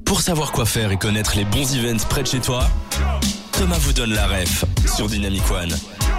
Pour savoir quoi faire et connaître les bons events près de chez toi, Thomas vous donne la ref sur Dynamic One.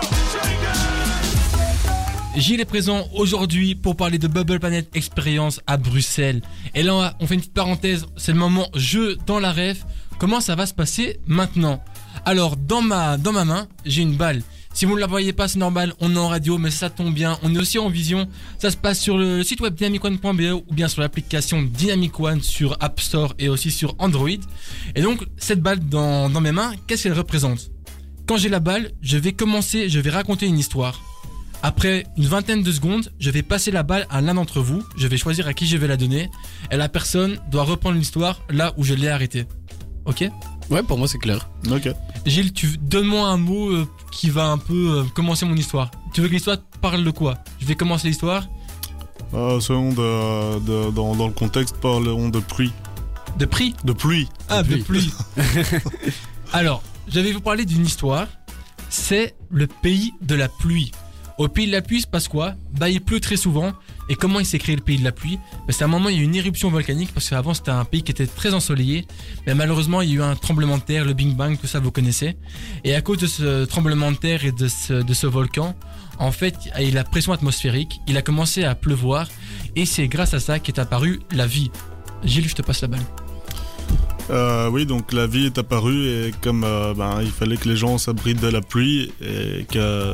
Gilles est présent aujourd'hui pour parler de Bubble Planet Experience à Bruxelles. Et là, on fait une petite parenthèse, c'est le moment jeu dans la ref. Comment ça va se passer maintenant ? Alors, dans ma main, j'ai une balle. Si vous ne la voyez pas, c'est normal, on est en radio, mais ça tombe bien. On est aussi en vision. Ça se passe sur le site web dynamicone.be ou bien sur l'application Dynamic One sur App Store et aussi sur Android. Et donc, cette balle dans mes mains, qu'est-ce qu'elle représente ? Quand j'ai la balle, je vais raconter une histoire. Après une vingtaine de secondes, je vais passer la balle à l'un d'entre vous. Je vais choisir à qui je vais la donner. Et la personne doit reprendre l'histoire là où je l'ai arrêtée. Ok ? Ouais, pour moi c'est clair. Ok. Gilles, donne-moi un mot qui va un peu commencer mon histoire. Tu veux que l'histoire parle de quoi ? Je vais commencer l'histoire. Selon dans le contexte, parlons de pluie. De prix ? De pluie. Ah, de pluie. Alors, je vais vous parler d'une histoire. C'est le pays de la pluie. Au pays de la pluie, il se passe quoi ? Il pleut très souvent. Et comment il s'est créé le pays de la pluie ? C'est à un moment, il y a eu une éruption volcanique, parce qu'avant c'était un pays qui était très ensoleillé. Mais malheureusement, il y a eu un tremblement de terre, le Big Bang, tout ça vous connaissez. Et à cause de ce tremblement de terre et de ce volcan, en fait, il y a eu la pression atmosphérique, il a commencé à pleuvoir. Et c'est grâce à ça qu'est apparue la vie. Gilles, je te passe la balle. Oui, donc la vie est apparue et comme il fallait que les gens s'abritent de la pluie et que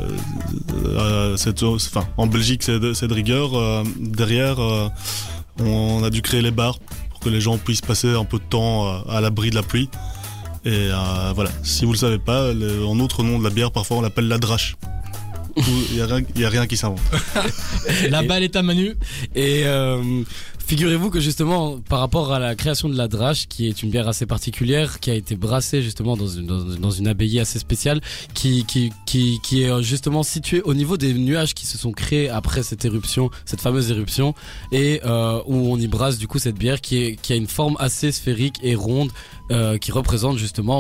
en Belgique c'est de rigueur, derrière on a dû créer les bars pour que les gens puissent passer un peu de temps à l'abri de la pluie. Et voilà, si vous le savez pas, en autre nom de la bière parfois on l'appelle la drache. Il y a rien qui s'invente. La balle est à Manu. Et figurez-vous que justement par rapport à la création de la drache, qui est une bière assez particulière, qui a été brassée justement dans une abbaye assez spéciale, qui est justement située au niveau des nuages qui se sont créés après cette éruption, cette fameuse éruption, et où on y brasse du coup cette bière qui a une forme assez sphérique et ronde, qui représente justement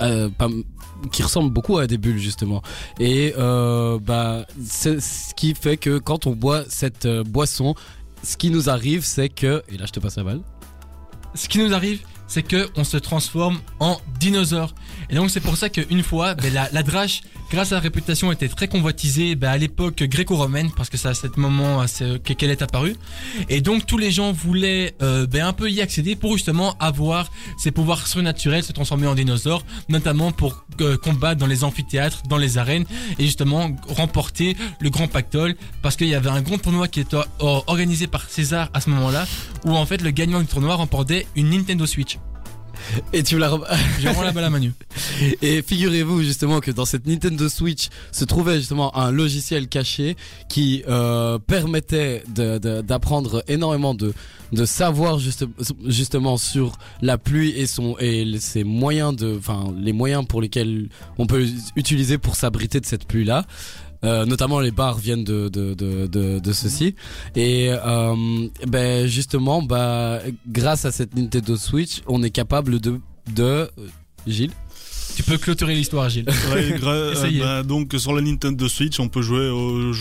qui ressemble beaucoup à des bulles justement. Et c'est ce qui fait que quand on boit cette boisson, ce qui nous arrive, c'est que... Et là, je te passe la balle. Ce qui nous arrive, c'est qu'on se transforme en dinosaure. Et donc, c'est pour ça qu'une fois, la drache, grâce à sa réputation, était très convoitisée à l'époque gréco-romaine, parce que c'est à ce moment qu'elle est apparue. Et donc, tous les gens voulaient un peu y accéder pour justement avoir ses pouvoirs surnaturels, se transformer en dinosaure, notamment pour combattre dans les amphithéâtres, dans les arènes, et justement remporter le grand pactole, parce qu'il y avait un grand tournoi qui était organisé par César à ce moment-là, où en fait le gagnant du tournoi remportait une Nintendo Switch. Et tu me la Je rends la balle à Manu. Et figurez-vous justement que dans cette Nintendo Switch se trouvait justement un logiciel caché qui permettait d'apprendre énormément de savoir justement sur la pluie et ses moyens les moyens pour lesquels on peut utiliser pour s'abriter de cette pluie là. Notamment les bars viennent de ceci. Et justement grâce à cette Nintendo Switch, on est capable de Gilles. Tu peux clôturer l'histoire, Gilles. Ouais, donc sur la Nintendo Switch, on peut jouer au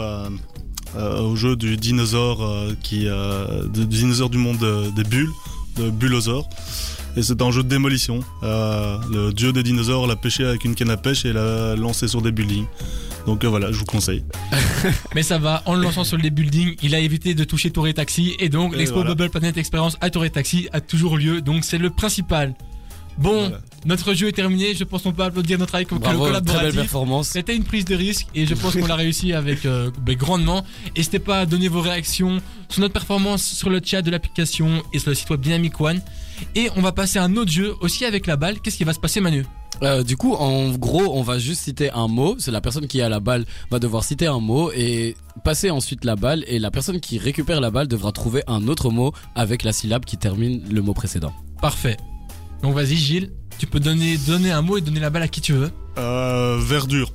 jeu du dinosaure du dinosaure du monde des bulles, de Bullosaur. Et c'est un jeu de démolition. Le dieu des dinosaures l'a pêché avec une canne à pêche et l'a lancé sur des buildings. Donc voilà, je vous conseille. Mais ça va, en le lançant sur les buildings, il a évité de toucher Tour et Taxi. Et donc l'expo Bubble Planet Experience à Tour et Taxi a toujours lieu. Donc c'est le principal. Bon, notre jeu est terminé. Je pense qu'on peut applaudir notre travail collaboratif. Très belle performance. C'était une prise de risque et je pense qu'on l'a réussi avec grandement. N'hésitez pas à donner vos réactions sur notre performance sur le chat de l'application et sur le site web Dynamic One. Et on va passer à un autre jeu aussi avec la balle. Qu'est-ce qui va se passer, Manu ? Du coup, en gros, on va juste citer un mot. C'est la personne qui a la balle va devoir citer un mot et passer ensuite la balle. Et la personne qui récupère la balle devra trouver un autre mot avec la syllabe qui termine le mot précédent. Parfait. Donc vas-y, Gilles, tu peux donner un mot et donner la balle à qui tu veux. Verdure.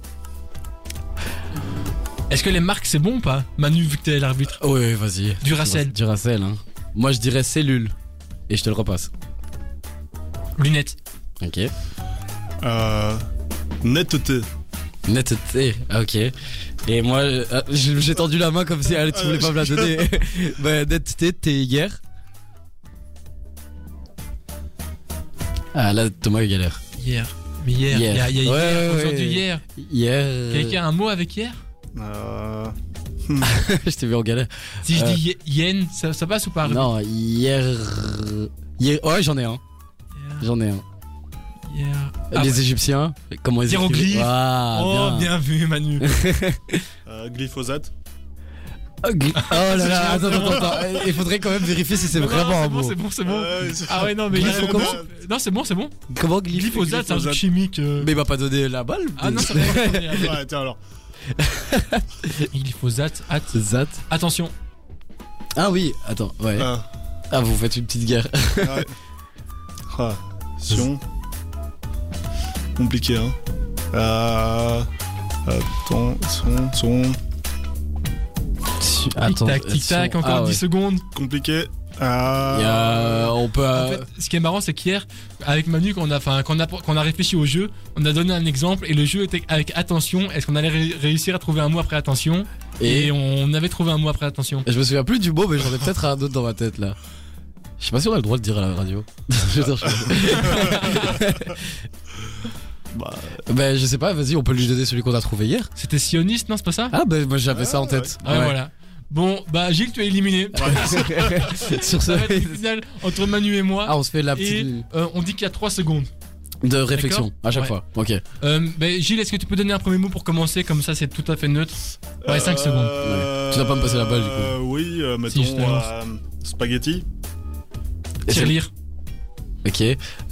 Est-ce que les marques c'est bon ou pas, Manu, vu que t'es l'arbitre ? Oui, vas-y. Duracell. Duracell, hein. Moi je dirais cellule. Et je te le repasse. Lunettes. Ok. Netteté. Netteté, ok. Et moi, j'ai tendu la main comme si tu voulais pas me la donner. Netteté, t'es hier. Ah là, Thomas il galère. Hier. Mais hier, il y a hier, Ouais, aujourd'hui, ouais. hier. Hier. Quelqu'un a un mot avec hier? Je t'ai vu en galère. Si je dis yen, ça passe ou pas? Non, hier. Ouais, j'en ai un. J'en ai un. Hier. Les Égyptiens, comment ils Hiéroglyphes. écrivent. Ah, Oh, bien vu, Manu. Glyphosate. Oh là là, attends. Il faudrait quand même vérifier si c'est vraiment un mot. C'est bon. Ah ouais, non, mais comment non, c'est bon. Comment Glyphosate, c'est un truc chimique. Mais il m'a pas donné la balle. Ah non, ça va. Ouais, tiens alors. Glyphosate, Zat. attention. Ah oui, attends, ouais. Ah, vous faites une petite guerre. Ouais. Ah, Sion. Compliqué, hein. Attends, Tic-tac, encore 10 secondes. Compliqué. On peut. En fait, ce qui est marrant, c'est qu'hier, avec Manu, quand on a réfléchi au jeu, on a donné un exemple et le jeu était avec attention. Est-ce qu'on allait réussir à trouver un mot après attention? Et on avait trouvé un mot après attention. Je me souviens plus du mot, mais j'en ai peut-être un autre dans ma tête là. Je sais pas si on a le droit de dire à la radio. Bah, je sais pas, vas-y, on peut lui donner celui qu'on a trouvé hier. C'était sioniste, non, c'est pas ça? Ah, bah, moi j'avais ça en tête. Ouais, voilà. Bon, bah, Gilles, tu es éliminé. Sur Ça ce. va être une finale entre Manu et moi. Ah, on se fait la petite. Et on dit qu'il y a 3 secondes. De réflexion, à chaque Ouais. fois. Ok. Bah, Gilles, est-ce que tu peux donner un premier mot pour commencer? Comme ça, c'est tout à fait neutre. Ouais, 5 secondes. Ouais. Tu vas pas me passer la balle, du coup. Oui, Si, je te mettons lance. spaghetti. Tirelire. Ok.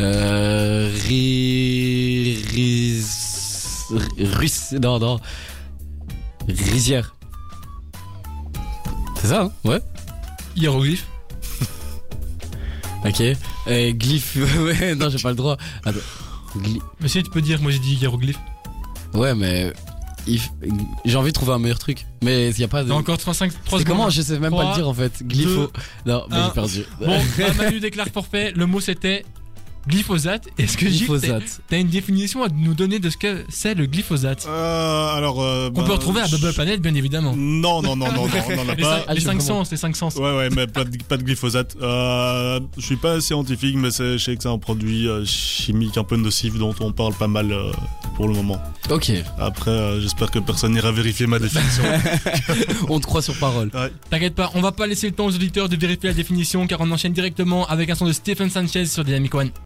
Non. Rizière. C'est ça, hein? Ouais. Hiéroglyphe. Ok. Glyphe. Ouais, non, j'ai pas le droit. Attends. Mais si, tu peux dire, moi j'ai dit hiéroglyphe. Ouais, mais. J'ai envie de trouver un meilleur truc. Mais y a pas de. T'as encore 3 C'est secondes. comment? Je sais même pas 3, le dire en fait. Glypho. Non, mais un. j'ai perdu. Bon, bah, Manu déclare forfait. Le mot c'était glyphosate. Est-ce que Gilles, Glyphosate. t'as une définition à nous donner de ce que c'est le glyphosate? Qu'on peut retrouver à Bubble Planet, bien évidemment. Non, on n'en a pas. Les 5 vraiment- sens, les 5 sens. Ouais, mais pas de glyphosate. Je suis pas scientifique, mais je sais que c'est un produit chimique un peu nocif dont on parle pas mal pour le moment. Ok. Après, j'espère que personne n'ira vérifier ma définition. On te croit sur parole. T'inquiète pas, on va pas laisser le temps aux auditeurs de vérifier la définition car on enchaîne directement avec un son de Stephen Sanchez sur Dynamic One.